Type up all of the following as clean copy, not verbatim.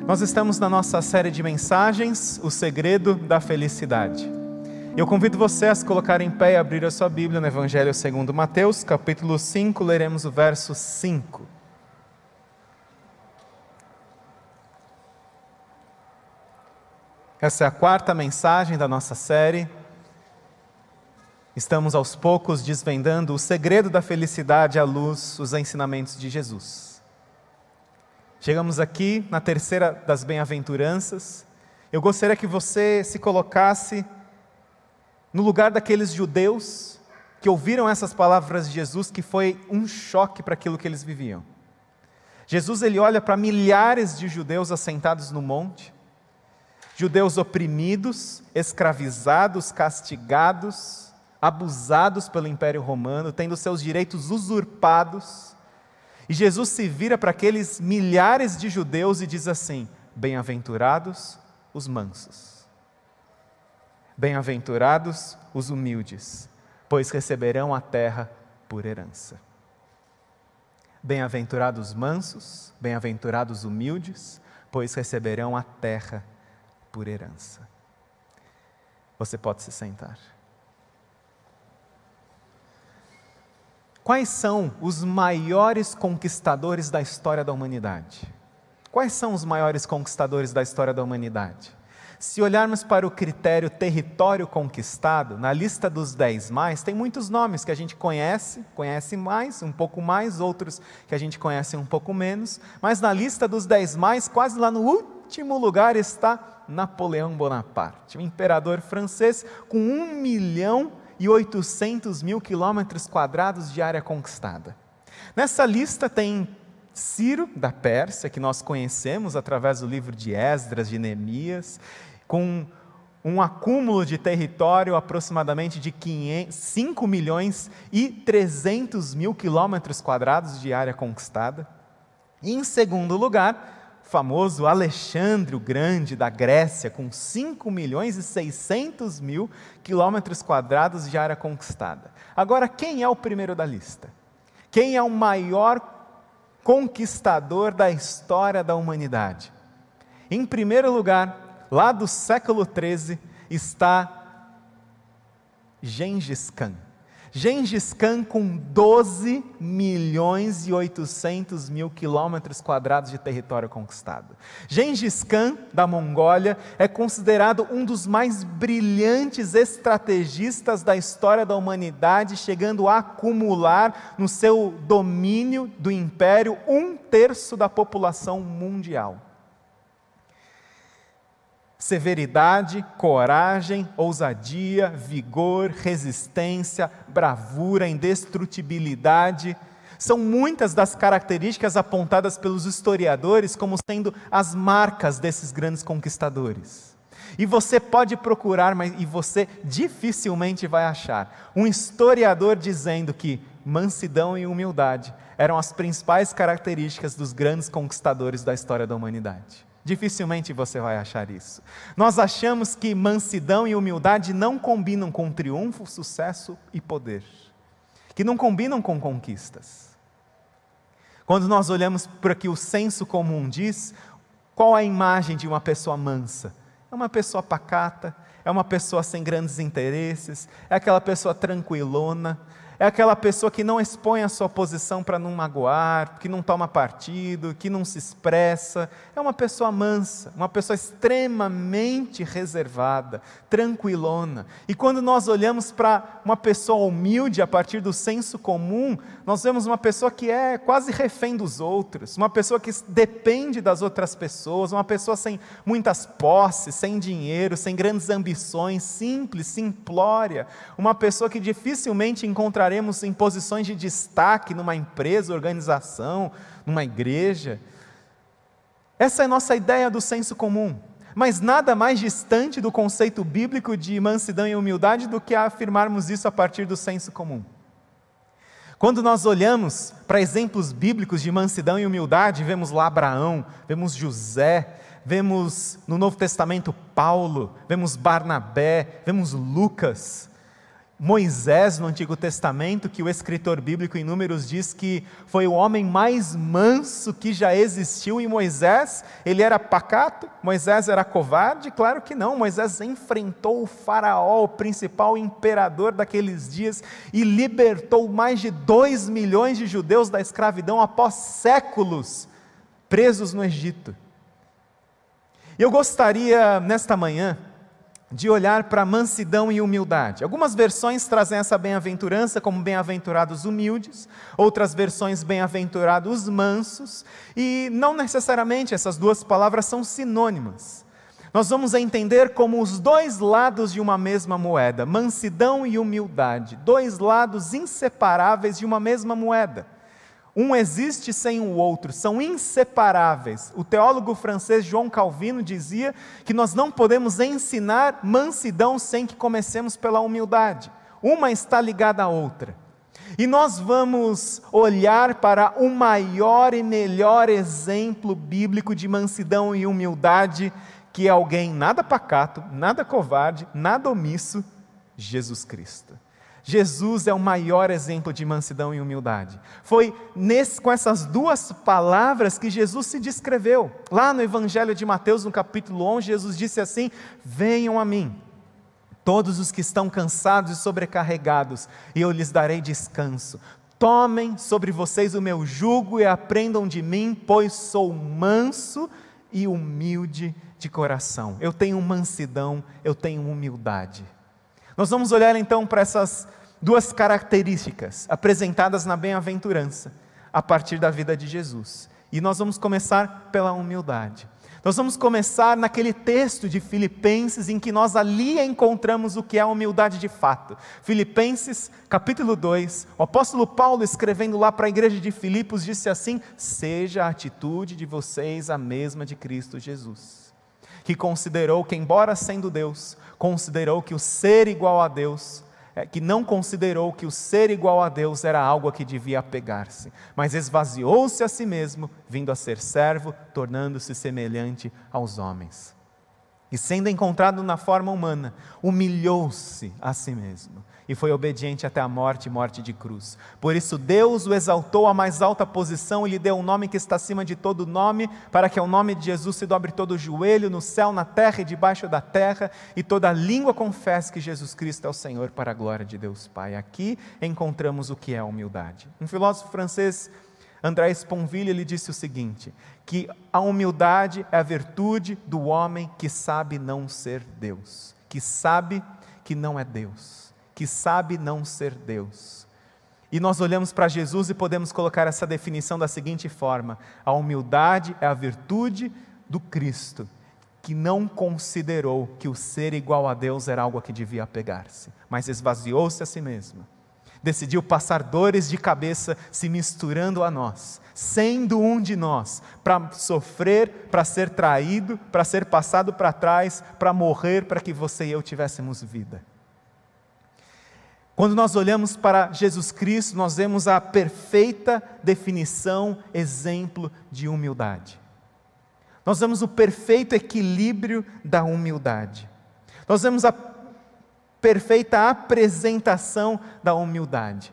Nós estamos na nossa série de mensagens, O Segredo da Felicidade. Eu convido você a se colocar em pé e abrir a sua Bíblia no Evangelho segundo Mateus, capítulo 5, leremos o verso 5. Essa é a quarta mensagem da nossa série. Estamos aos poucos desvendando o segredo da felicidade à luz dos ensinamentos de Jesus. Chegamos aqui na terceira das bem-aventuranças. Eu gostaria que você se colocasse no lugar daqueles judeus que ouviram essas palavras de Jesus, que foi um choque para aquilo que eles viviam. Jesus, ele olha para milhares de judeus assentados no monte, judeus oprimidos, escravizados, castigados, abusados pelo Império Romano, tendo seus direitos usurpados. E Jesus se vira para aqueles milhares de judeus e diz assim: bem-aventurados os mansos, bem-aventurados os humildes, pois receberão a terra por herança. Bem-aventurados os mansos, bem-aventurados os humildes, pois receberão a terra por herança. Você pode se sentar. Quais são os maiores conquistadores da história da humanidade? Quais são os maiores conquistadores da história da humanidade? Se olharmos para o critério território conquistado, na lista dos 10 mais, tem muitos nomes que a gente conhece mais, um pouco mais, outros que a gente conhece um pouco menos, mas na lista dos 10 mais, quase lá no último lugar está Napoleão Bonaparte, o imperador francês com 1.800.000 quilômetros quadrados de área conquistada. Nessa lista tem Ciro, da Pérsia, que nós conhecemos através do livro de Esdras, de Neemias, com um acúmulo de território aproximadamente de 5.300.000 quilômetros quadrados de área conquistada. E em segundo lugar, o famoso Alexandre o Grande, da Grécia, com 5.600.000 quilômetros quadrados de área conquistada. Agora, quem é o primeiro da lista? Quem é o maior conquistador da história da humanidade? Em primeiro lugar, lá do século XIII, está Gengis Khan. Gengis Khan com 12.800.000 quilômetros quadrados de território conquistado. Gengis Khan, da Mongólia, é considerado um dos mais brilhantes estrategistas da história da humanidade, chegando a acumular no seu domínio do império 1/3 da população mundial. Severidade, coragem, ousadia, vigor, resistência, bravura, indestrutibilidade, são muitas das características apontadas pelos historiadores como sendo as marcas desses grandes conquistadores. E você pode procurar, e você dificilmente vai achar um historiador dizendo que mansidão e humildade eram as principais características dos grandes conquistadores da história da humanidade. Dificilmente você vai achar isso. Nós achamos que mansidão e humildade não combinam com triunfo, sucesso e poder, que não combinam com conquistas. Quando nós olhamos para o que o senso comum diz, qual a imagem de uma pessoa mansa? É uma pessoa pacata, é uma pessoa sem grandes interesses, é aquela pessoa tranquilona, é aquela pessoa que não expõe a sua posição para não magoar, que não toma partido, que não se expressa. É uma pessoa mansa, uma pessoa extremamente reservada, tranquilona. E quando nós olhamos para uma pessoa humilde a partir do senso comum, nós vemos uma pessoa que é quase refém dos outros, uma pessoa que depende das outras pessoas, uma pessoa sem muitas posses, sem dinheiro, sem grandes ambições, simples, simplória, uma pessoa que dificilmente encontraremos em posições de destaque numa empresa, organização, numa igreja. Essa é a nossa ideia do senso comum, mas nada mais distante do conceito bíblico de mansidão e humildade do que afirmarmos isso a partir do senso comum. Quando nós olhamos para exemplos bíblicos de mansidão e humildade, vemos lá Abraão, vemos José, vemos no Novo Testamento Paulo, vemos Barnabé, vemos Lucas. Moisés no Antigo Testamento, que o escritor bíblico em Números diz que foi o homem mais manso que já existiu, e Moisés, ele era pacato? Moisés era covarde? Claro que não. Moisés enfrentou o faraó, o principal imperador daqueles dias, e libertou mais de 2 milhões de judeus da escravidão após séculos presos no Egito. Eu gostaria, nesta manhã, de olhar para mansidão e humildade. Algumas versões trazem essa bem-aventurança como bem-aventurados humildes, outras versões bem-aventurados mansos, e não necessariamente essas duas palavras são sinônimas. Nós vamos entender como os dois lados de uma mesma moeda, mansidão e humildade, dois lados inseparáveis de uma mesma moeda. Um existe sem o outro, são inseparáveis. O teólogo francês João Calvino dizia que nós não podemos ensinar mansidão sem que comecemos pela humildade. Uma está ligada à outra. E nós vamos olhar para o maior e melhor exemplo bíblico de mansidão e humildade, que é alguém nada pacato, nada covarde, nada omisso, Jesus Cristo. Jesus é o maior exemplo de mansidão e humildade. Foi com essas duas palavras que Jesus se descreveu. Lá no Evangelho de Mateus, no capítulo 11, Jesus disse assim: venham a mim, todos os que estão cansados e sobrecarregados, e eu lhes darei descanso. Tomem sobre vocês o meu jugo e aprendam de mim, pois sou manso e humilde de coração. Eu tenho mansidão, eu tenho humildade. Nós vamos olhar então para essas duas características apresentadas na bem-aventurança, a partir da vida de Jesus. E nós vamos começar pela humildade. Nós vamos começar naquele texto de Filipenses, em que nós ali encontramos o que é a humildade de fato. Filipenses, capítulo 2, o apóstolo Paulo, escrevendo lá para a igreja de Filipos, disse assim: seja a atitude de vocês a mesma de Cristo Jesus, que considerou que, embora sendo Deus, considerou que o ser igual a Deus, que não considerou que o ser igual a Deus era algo a que devia apegar-se, mas esvaziou-se a si mesmo, vindo a ser servo, tornando-se semelhante aos homens. E sendo encontrado na forma humana, humilhou-se a si mesmo, e foi obediente até a morte, morte de cruz. Por isso Deus o exaltou à mais alta posição e lhe deu um nome que está acima de todo nome, para que ao nome de Jesus se dobre todo o joelho, no céu, na terra e debaixo da terra, e toda língua confesse que Jesus Cristo é o Senhor, para a glória de Deus Pai. Aqui encontramos o que é a humildade. Um filósofo francês, André Sponville, ele disse o seguinte, que a humildade é a virtude do homem que sabe não ser Deus, que sabe que não é Deus, que sabe não ser Deus. E nós olhamos para Jesus e podemos colocar essa definição da seguinte forma: a humildade é a virtude do Cristo, que não considerou que o ser igual a Deus era algo a que devia apegar-se, mas esvaziou-se a si mesmo. Decidiu passar dores de cabeça se misturando a nós, sendo um de nós, para sofrer, para ser traído, para ser passado para trás, para morrer, para que você e eu tivéssemos vida. Quando nós olhamos para Jesus Cristo, nós vemos a perfeita definição, exemplo de humildade. Nós vemos o perfeito equilíbrio da humildade. Nós vemos a perfeita apresentação da humildade.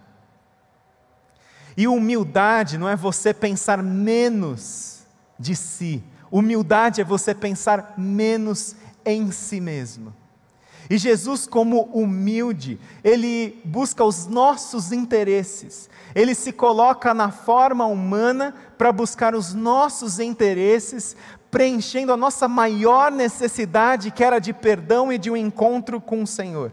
E humildade não é você pensar menos de si. Humildade é você pensar menos em si mesmo. E Jesus, como humilde, Ele busca os nossos interesses. Ele se coloca na forma humana para buscar os nossos interesses, preenchendo a nossa maior necessidade, que era de perdão e de um encontro com o Senhor.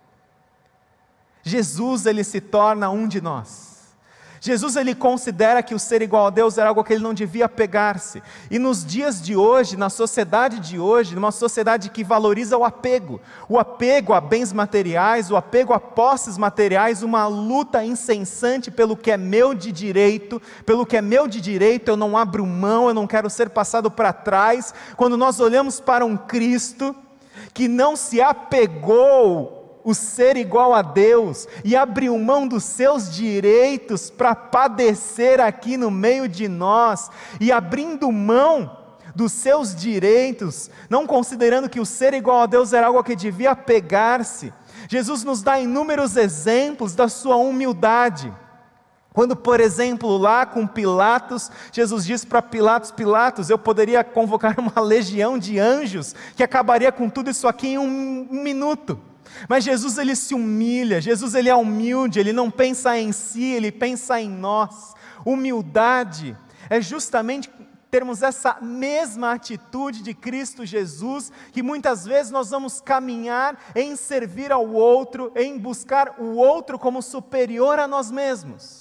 Jesus, Ele se torna um de nós. Jesus, Ele considera que o ser igual a Deus era algo que Ele não devia apegar-se. E nos dias de hoje, na sociedade de hoje, numa sociedade que valoriza o apego a bens materiais, o apego a posses materiais, uma luta incessante pelo que é meu de direito, eu não abro mão, eu não quero ser passado para trás. Quando nós olhamos para um Cristo que não se apegou o ser igual a Deus, e abriu mão dos seus direitos para padecer aqui no meio de nós, e abrindo mão dos seus direitos, não considerando que o ser igual a Deus era algo a que devia apegar-se. Jesus nos dá inúmeros exemplos da sua humildade. Quando, por exemplo, lá com Pilatos, Jesus disse para Pilatos: Pilatos, eu poderia convocar uma legião de anjos que acabaria com tudo isso aqui em um minuto. Mas Jesus, ele se humilha, Jesus, ele é humilde, ele não pensa em si, ele pensa em nós. Humildade é justamente termos essa mesma atitude de Cristo Jesus, que muitas vezes nós vamos caminhar em servir ao outro, em buscar o outro como superior a nós mesmos.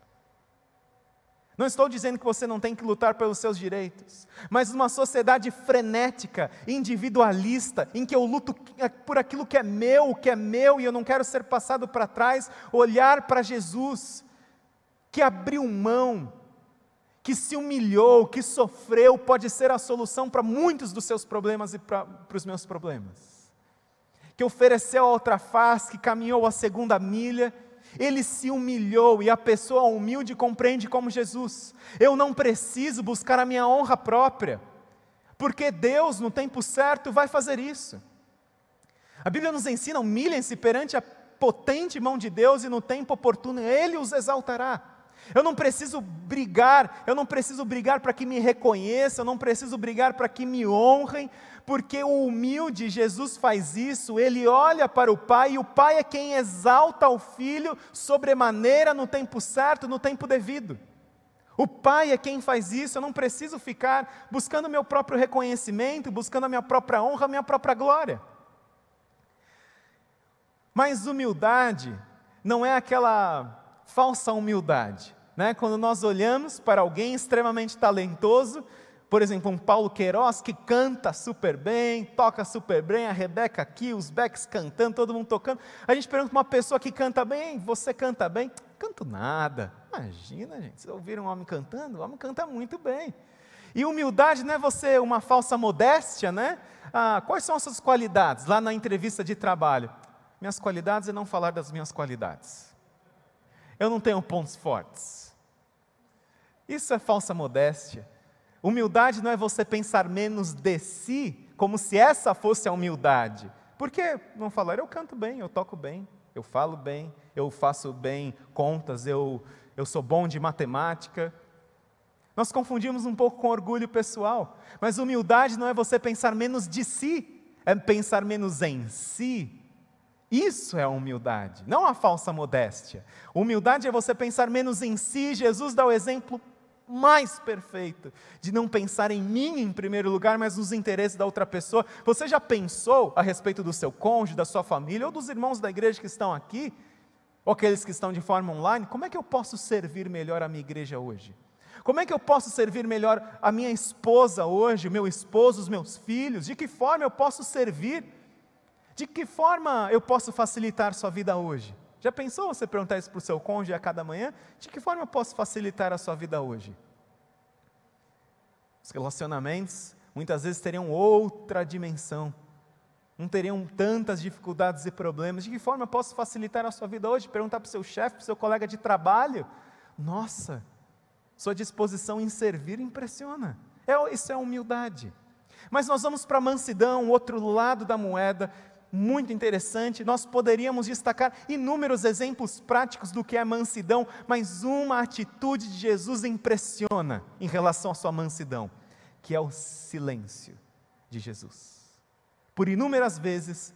Não estou dizendo que você não tem que lutar pelos seus direitos, mas numa sociedade frenética, individualista, em que eu luto por aquilo que é meu, e eu não quero ser passado para trás, olhar para Jesus, que abriu mão, que se humilhou, que sofreu, pode ser a solução para muitos dos seus problemas e para os meus problemas. Que ofereceu a outra face, que caminhou a segunda milha. Ele se humilhou, e a pessoa humilde compreende como Jesus: eu não preciso buscar a minha honra própria, porque Deus no tempo certo vai fazer isso. A Bíblia nos ensina: humilhem-se perante a potente mão de Deus, e no tempo oportuno Ele os exaltará. Eu não preciso brigar para que me reconheçam, eu não preciso brigar para que me honrem, porque o humilde, Jesus faz isso, ele olha para o Pai, e o Pai é quem exalta o Filho sobremaneira no tempo certo, no tempo devido. O Pai é quem faz isso, eu não preciso ficar buscando o meu próprio reconhecimento, buscando a minha própria honra, a minha própria glória. Mas humildade não é aquela falsa humildade, né? Quando nós olhamos para alguém extremamente talentoso, por exemplo, um Paulo Queiroz, que canta super bem, toca super bem, a Rebeca aqui, os Becks cantando, todo mundo tocando, a gente pergunta para uma pessoa que canta bem: você canta bem? Canto nada. Imagina, gente, vocês ouviram um homem cantando? O homem canta muito bem. E humildade não é você uma falsa modéstia, né? Quais são as suas qualidades? Lá na entrevista de trabalho: minhas qualidades é não falar das minhas qualidades. Eu não tenho pontos fortes. Isso é falsa modéstia. Humildade não é você pensar menos de si, como se essa fosse a humildade. Por que não falar: eu canto bem, eu toco bem, eu falo bem, eu faço bem contas, eu sou bom de matemática? Nós confundimos um pouco com orgulho pessoal. Mas humildade não é você pensar menos de si, é pensar menos em si. Isso é a humildade, não a falsa modéstia. Humildade é você pensar menos em si. Jesus dá o exemplo mais perfeito de não pensar em mim em primeiro lugar, mas nos interesses da outra pessoa. Você já pensou a respeito do seu cônjuge, da sua família, ou dos irmãos da igreja que estão aqui, ou aqueles que estão de forma online? Como é que eu posso servir melhor a minha igreja hoje? Como é que eu posso servir melhor a minha esposa hoje, o meu esposo, os meus filhos? De que forma eu posso servir? De que forma eu posso facilitar sua vida hoje? Já pensou você perguntar isso para o seu cônjuge a cada manhã? De que forma eu posso facilitar a sua vida hoje? Os relacionamentos muitas vezes teriam outra dimensão, não teriam tantas dificuldades e problemas. De que forma eu posso facilitar a sua vida hoje? Perguntar para o seu chefe, para o seu colega de trabalho: nossa, sua disposição em servir impressiona. Isso é humildade. Mas nós vamos para a mansidão, o outro lado da moeda, muito interessante. Nós poderíamos destacar inúmeros exemplos práticos do que é mansidão, mas uma atitude de Jesus impressiona em relação à sua mansidão, que é o silêncio de Jesus. Por inúmeras vezes,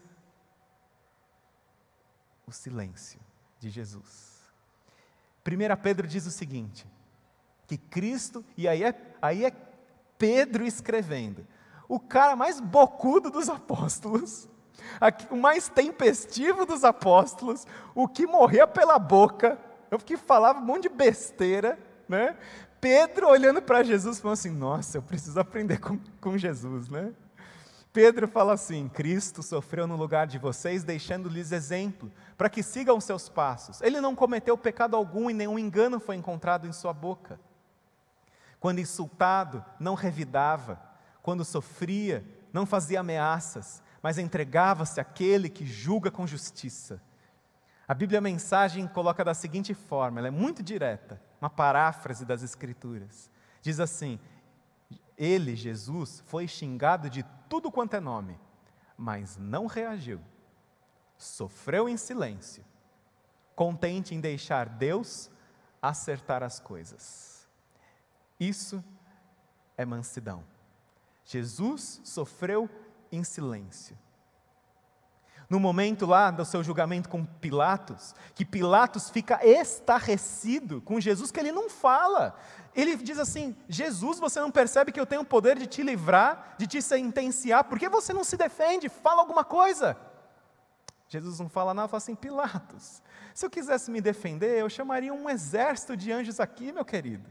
o silêncio de Jesus. 1 Pedro diz o seguinte, que Cristo, e aí é Pedro escrevendo, o cara mais bocudo dos apóstolos, o mais tempestivo dos apóstolos, o que morria pela boca, o que falava um monte de besteira, né? Pedro olhando para Jesus, falando assim: nossa, eu preciso aprender com Jesus, né? Pedro fala assim: Cristo sofreu no lugar de vocês, deixando-lhes exemplo, para que sigam os seus passos. Ele não cometeu pecado algum e nenhum engano foi encontrado em sua boca. Quando insultado, não revidava. Quando sofria, não fazia ameaças, mas entregava-se àquele que julga com justiça. A Bíblia Mensagem coloca da seguinte forma, ela é muito direta, uma paráfrase das Escrituras. Diz assim: Ele, Jesus, foi xingado de tudo quanto é nome, mas não reagiu. Sofreu em silêncio, contente em deixar Deus acertar as coisas. Isso é mansidão. Jesus sofreu em silêncio. No momento lá do seu julgamento com Pilatos, que Pilatos fica estarrecido com Jesus, que ele não fala. Ele diz assim: Jesus, você não percebe que eu tenho o poder de te livrar, de te sentenciar? Por que você não se defende? Fala alguma coisa. Jesus não fala nada, fala assim: Pilatos, se eu quisesse me defender, eu chamaria um exército de anjos aqui, meu querido.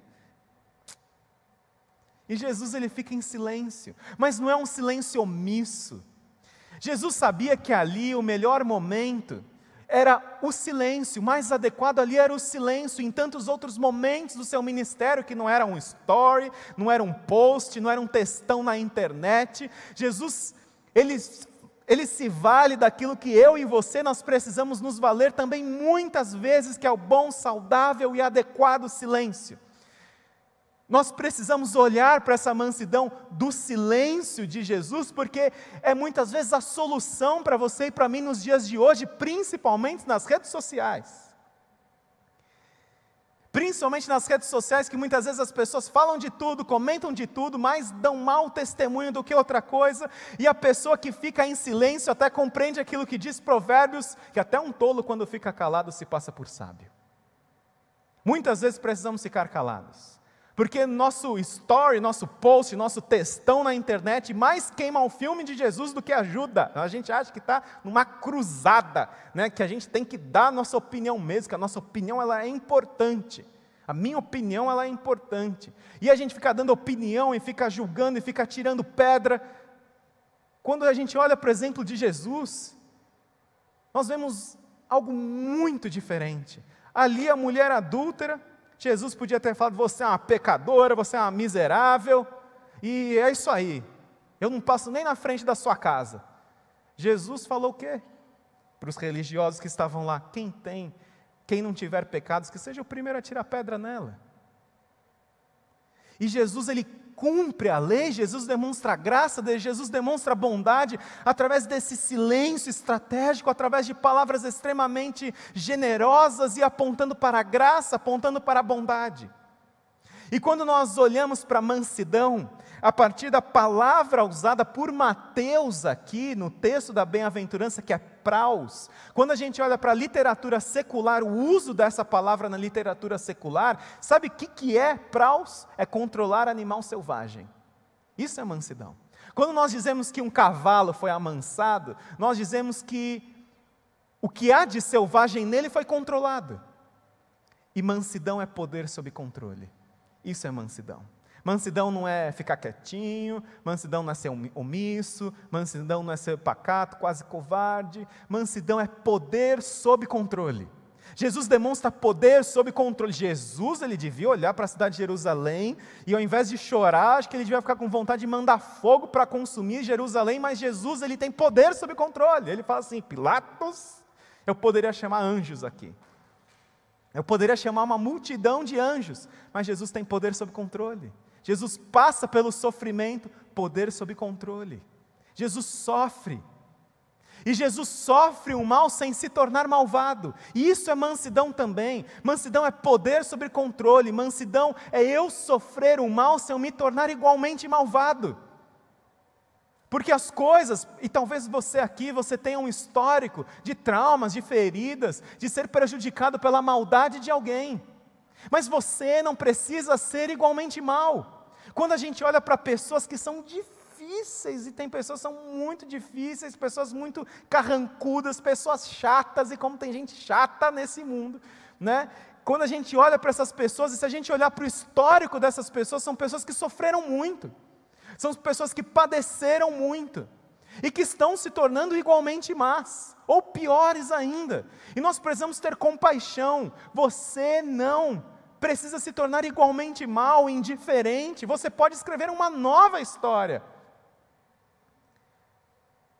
E Jesus, ele fica em silêncio, mas não é um silêncio omisso. Jesus sabia que ali o melhor momento era o silêncio, o mais adequado ali era o silêncio, em tantos outros momentos do seu ministério, que não era um story, não era um post, não era um textão na internet. Jesus, ele se vale daquilo que eu e você, nós precisamos nos valer também muitas vezes, que é o bom, saudável e adequado silêncio. Nós precisamos olhar para essa mansidão do silêncio de Jesus, porque é muitas vezes a solução para você e para mim nos dias de hoje, principalmente nas redes sociais. Principalmente nas redes sociais, que muitas vezes as pessoas falam de tudo, comentam de tudo, mas dão mau testemunho do que outra coisa, e a pessoa que fica em silêncio até compreende aquilo que diz Provérbios, que até um tolo quando fica calado se passa por sábio. Muitas vezes precisamos ficar calados. Porque nosso story, nosso post, nosso textão na internet mais queima o filme de Jesus do que ajuda. A gente acha que está numa cruzada, né? Que a gente tem que dar a nossa opinião mesmo, que a nossa opinião ela é importante. A minha opinião ela é importante. E a gente fica dando opinião e fica julgando e fica tirando pedra. Quando a gente olha para o exemplo de Jesus, nós vemos algo muito diferente. Ali a mulher adúltera, Jesus podia ter falado: você é uma pecadora, você é uma miserável, e é isso aí, eu não passo nem na frente da sua casa. Jesus falou o quê? Para os religiosos que estavam lá: quem não tiver pecados, que seja o primeiro a tirar pedra nela. E Jesus, ele cumpre a lei, Jesus demonstra a graça, Jesus demonstra a bondade, através desse silêncio estratégico, através de palavras extremamente generosas e apontando para a graça, apontando para a bondade. E quando nós olhamos para a mansidão, a partir da palavra usada por Mateus aqui, no texto da bem-aventurança, que é praus, quando a gente olha para a literatura secular, o uso dessa palavra na literatura secular, sabe o que é praus? É controlar animal selvagem. Isso é mansidão. Quando nós dizemos que um cavalo foi amansado, nós dizemos que o que há de selvagem nele foi controlado. E mansidão é poder sob controle. Isso é mansidão. Mansidão não é ficar quietinho, mansidão não é ser omisso, mansidão não é ser pacato, quase covarde. Mansidão é poder sob controle. Jesus demonstra poder sob controle. Jesus, ele devia olhar para a cidade de Jerusalém e ao invés de chorar, acho que ele devia ficar com vontade de mandar fogo para consumir Jerusalém, mas Jesus, ele tem poder sob controle. Ele fala assim: Pilatos, eu poderia chamar anjos aqui. Eu poderia chamar uma multidão de anjos, mas Jesus tem poder sob controle. Jesus passa pelo sofrimento, poder sob controle. Jesus sofre. E Jesus sofre o mal sem se tornar malvado. E isso é mansidão também. Mansidão é poder sobre controle. Mansidão é eu sofrer o mal sem eu me tornar igualmente malvado. Porque as coisas, e talvez você aqui, você tenha um histórico de traumas, de feridas, de ser prejudicado pela maldade de alguém. Mas você não precisa ser igualmente mal. Quando a gente olha para pessoas que são difíceis, e tem pessoas que são muito difíceis, pessoas muito carrancudas, pessoas chatas, e como tem gente chata nesse mundo, né? Quando a gente olha para essas pessoas, e se a gente olhar para o histórico dessas pessoas, são pessoas que sofreram muito. São pessoas que padeceram muito e que estão se tornando igualmente más, ou piores ainda. E nós precisamos ter compaixão. Você não precisa se tornar igualmente mal, indiferente. Você pode escrever uma nova história.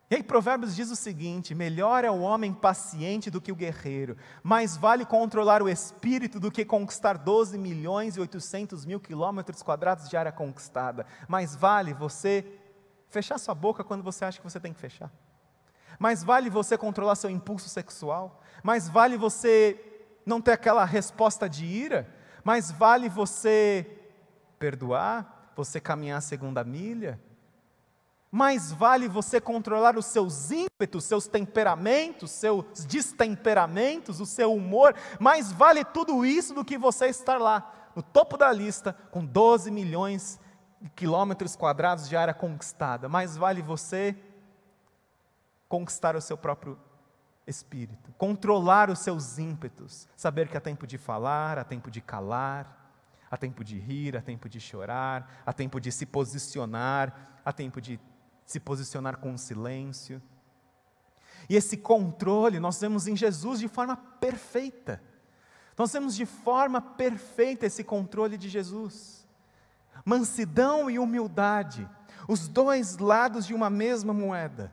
E aí Provérbios diz o seguinte: melhor é o homem paciente do que o guerreiro, mais vale controlar o espírito do que conquistar 12.800.000 quilômetros quadrados de área conquistada. Mais vale você fechar sua boca quando você acha que você tem que fechar. Mais vale você controlar seu impulso sexual. Mais vale você não ter aquela resposta de ira. Mais vale você perdoar, você caminhar a segunda milha. Mais vale você controlar os seus ímpetos, seus temperamentos, seus destemperamentos, o seu humor. Mais vale tudo isso do que você estar lá, no topo da lista, com 12 milhões de quilômetros quadrados de área conquistada. Mais vale você conquistar o seu próprio espírito, controlar os seus ímpetos, saber que há tempo de falar, há tempo de calar, há tempo de rir, há tempo de chorar, há tempo de se posicionar, há tempo de se posicionar com silêncio. E esse controle nós vemos em Jesus de forma perfeita. Nós vemos de forma perfeita esse controle de Jesus. Mansidão e humildade, os dois lados de uma mesma moeda.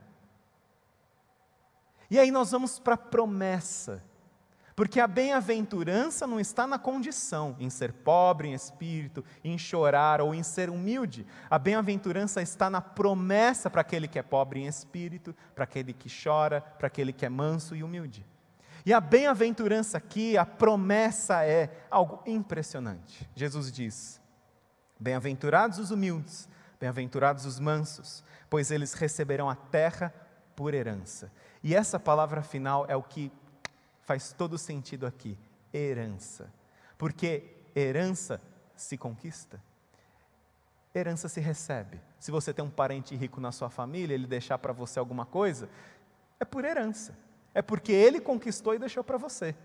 E aí nós vamos para a promessa. Porque a bem-aventurança não está na condição, em ser pobre em espírito, em chorar ou em ser humilde. A bem-aventurança está na promessa para aquele que é pobre em espírito, para aquele que chora, para aquele que é manso e humilde. E a bem-aventurança aqui, a promessa é algo impressionante. Jesus diz: bem-aventurados os humildes, bem-aventurados os mansos, pois eles receberão a terra por herança. E essa palavra final é o que faz todo sentido aqui, herança. Porque herança se conquista, herança se recebe. Se você tem um parente rico na sua família, ele deixar para você alguma coisa, é por herança. É porque ele conquistou e deixou para você.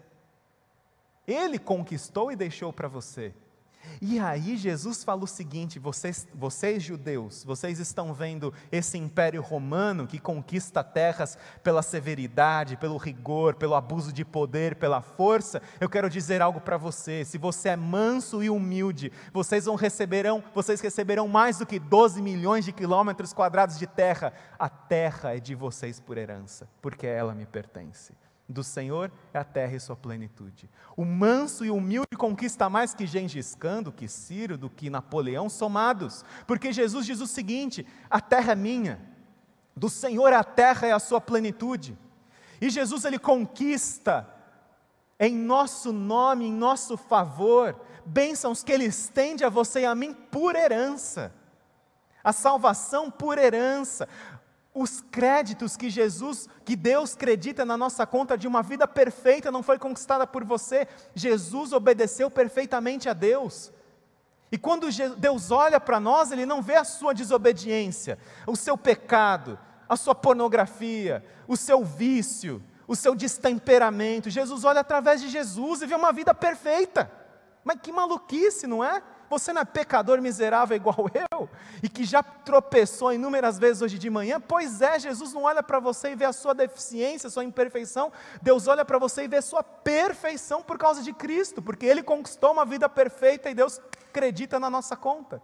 Ele conquistou e deixou para você. E aí Jesus fala o seguinte: vocês judeus, vocês estão vendo esse império romano que conquista terras pela severidade, pelo rigor, pelo abuso de poder, pela força. Eu quero dizer algo para você: se você é manso e humilde, vocês receberão mais do que 12 milhões de quilômetros quadrados de terra. A terra é de vocês por herança, porque ela me pertence. Do Senhor é a terra e sua plenitude. O manso e humilde conquista mais que Gengis Khan, do que Ciro, do que Napoleão, somados. Porque Jesus diz o seguinte: a terra é minha, do Senhor a terra é a sua plenitude. E Jesus, ele conquista em nosso nome, em nosso favor, bênçãos que ele estende a você e a mim por herança. A salvação por herança. Os créditos que Deus credita na nossa conta de uma vida perfeita não foi conquistada por você. Jesus obedeceu perfeitamente a Deus. E quando Deus olha para nós, Ele não vê a sua desobediência, o seu pecado, a sua pornografia, o seu vício, o seu destemperamento. Jesus olha através de Jesus e vê uma vida perfeita. Mas que maluquice, não é? Você não é pecador miserável igual eu? E que já tropeçou inúmeras vezes hoje de manhã? Pois é, Jesus não olha para você e vê a sua deficiência, a sua imperfeição. Deus olha para você e vê a sua perfeição por causa de Cristo, porque Ele conquistou uma vida perfeita e Deus acredita na nossa conta.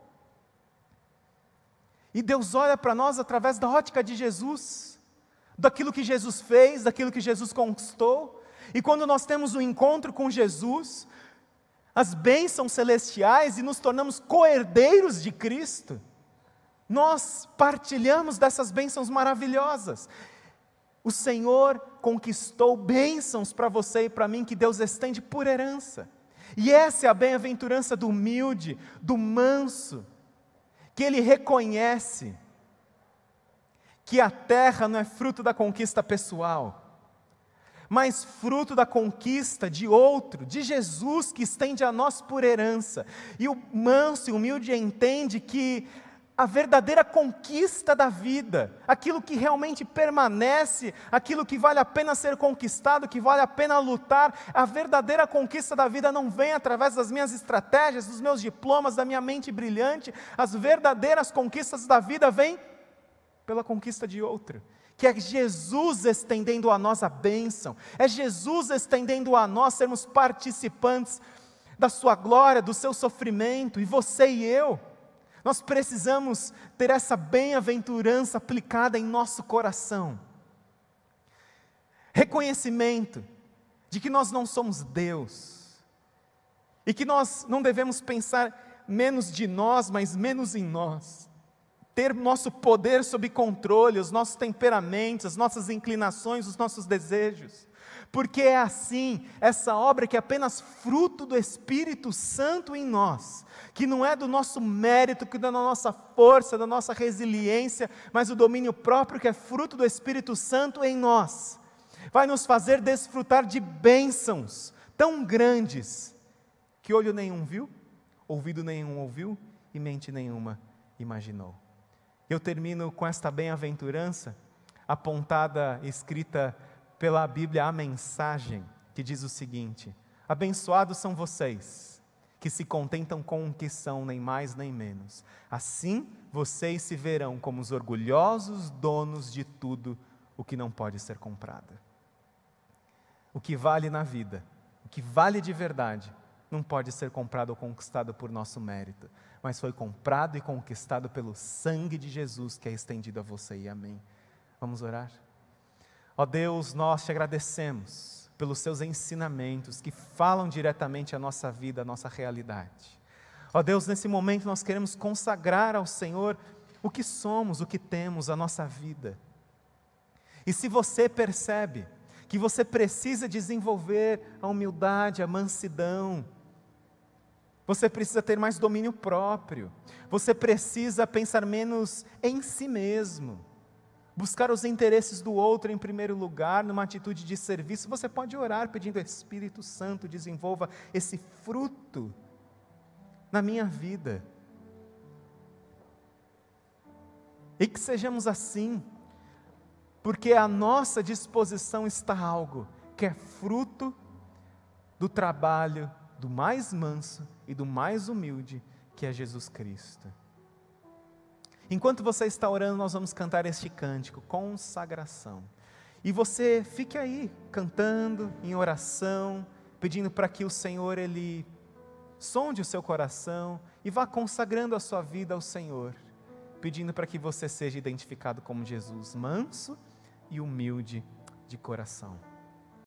E Deus olha para nós através da ótica de Jesus, daquilo que Jesus fez, daquilo que Jesus conquistou. E quando nós temos um encontro com Jesus, as bênçãos celestiais, e nos tornamos co-herdeiros de Cristo, nós partilhamos dessas bênçãos maravilhosas. O Senhor conquistou bênçãos para você e para mim, que Deus estende por herança. E essa é a bem-aventurança do humilde, do manso, que ele reconhece que a terra não é fruto da conquista pessoal, mas fruto da conquista de outro, de Jesus, que estende a nós por herança. E o manso e humilde entende que a verdadeira conquista da vida, aquilo que realmente permanece, aquilo que vale a pena ser conquistado, que vale a pena lutar, a verdadeira conquista da vida não vem através das minhas estratégias, dos meus diplomas, da minha mente brilhante. As verdadeiras conquistas da vida vêm pela conquista de outro, que é Jesus estendendo a nós a bênção, é Jesus estendendo a nós sermos participantes da sua glória, do seu sofrimento, e você e eu. Nós precisamos ter essa bem-aventurança aplicada em nosso coração. Reconhecimento de que nós não somos Deus. E que nós não devemos pensar menos de nós, mas menos em nós. Ter nosso poder sob controle, os nossos temperamentos, as nossas inclinações, os nossos desejos. Porque é assim, essa obra que é apenas fruto do Espírito Santo em nós, que não é do nosso mérito, que não é da nossa força, da nossa resiliência, mas o domínio próprio que é fruto do Espírito Santo em nós, vai nos fazer desfrutar de bênçãos tão grandes, que olho nenhum viu, ouvido nenhum ouviu e mente nenhuma imaginou. Eu termino com esta bem-aventurança, apontada, escrita pela Bíblia, a mensagem, que diz o seguinte: abençoados são vocês, que se contentam com o que são, nem mais nem menos. Assim vocês se verão como os orgulhosos donos de tudo o que não pode ser comprado. O que vale na vida, o que vale de verdade, não pode ser comprado ou conquistado por nosso mérito, mas foi comprado e conquistado pelo sangue de Jesus que é estendido a você e a mim. Vamos orar? Ó Deus, nós te agradecemos pelos seus ensinamentos que falam diretamente à nossa vida, à nossa realidade. Ó Deus, nesse momento nós queremos consagrar ao Senhor o que somos, o que temos, a nossa vida. E se você percebe que você precisa desenvolver a humildade, a mansidão, você precisa ter mais domínio próprio, você precisa pensar menos em si mesmo, buscar os interesses do outro em primeiro lugar, numa atitude de serviço, você pode orar pedindo: Espírito Santo, desenvolva esse fruto na minha vida. E que sejamos assim, porque à nossa disposição está algo que é fruto do trabalho do mais manso e do mais humilde, que é Jesus Cristo. Enquanto você está orando, nós vamos cantar este cântico, consagração. E você fique aí, cantando, em oração, pedindo para que o Senhor, Ele sonde o seu coração e vá consagrando a sua vida ao Senhor, pedindo para que você seja identificado como Jesus, manso e humilde de coração.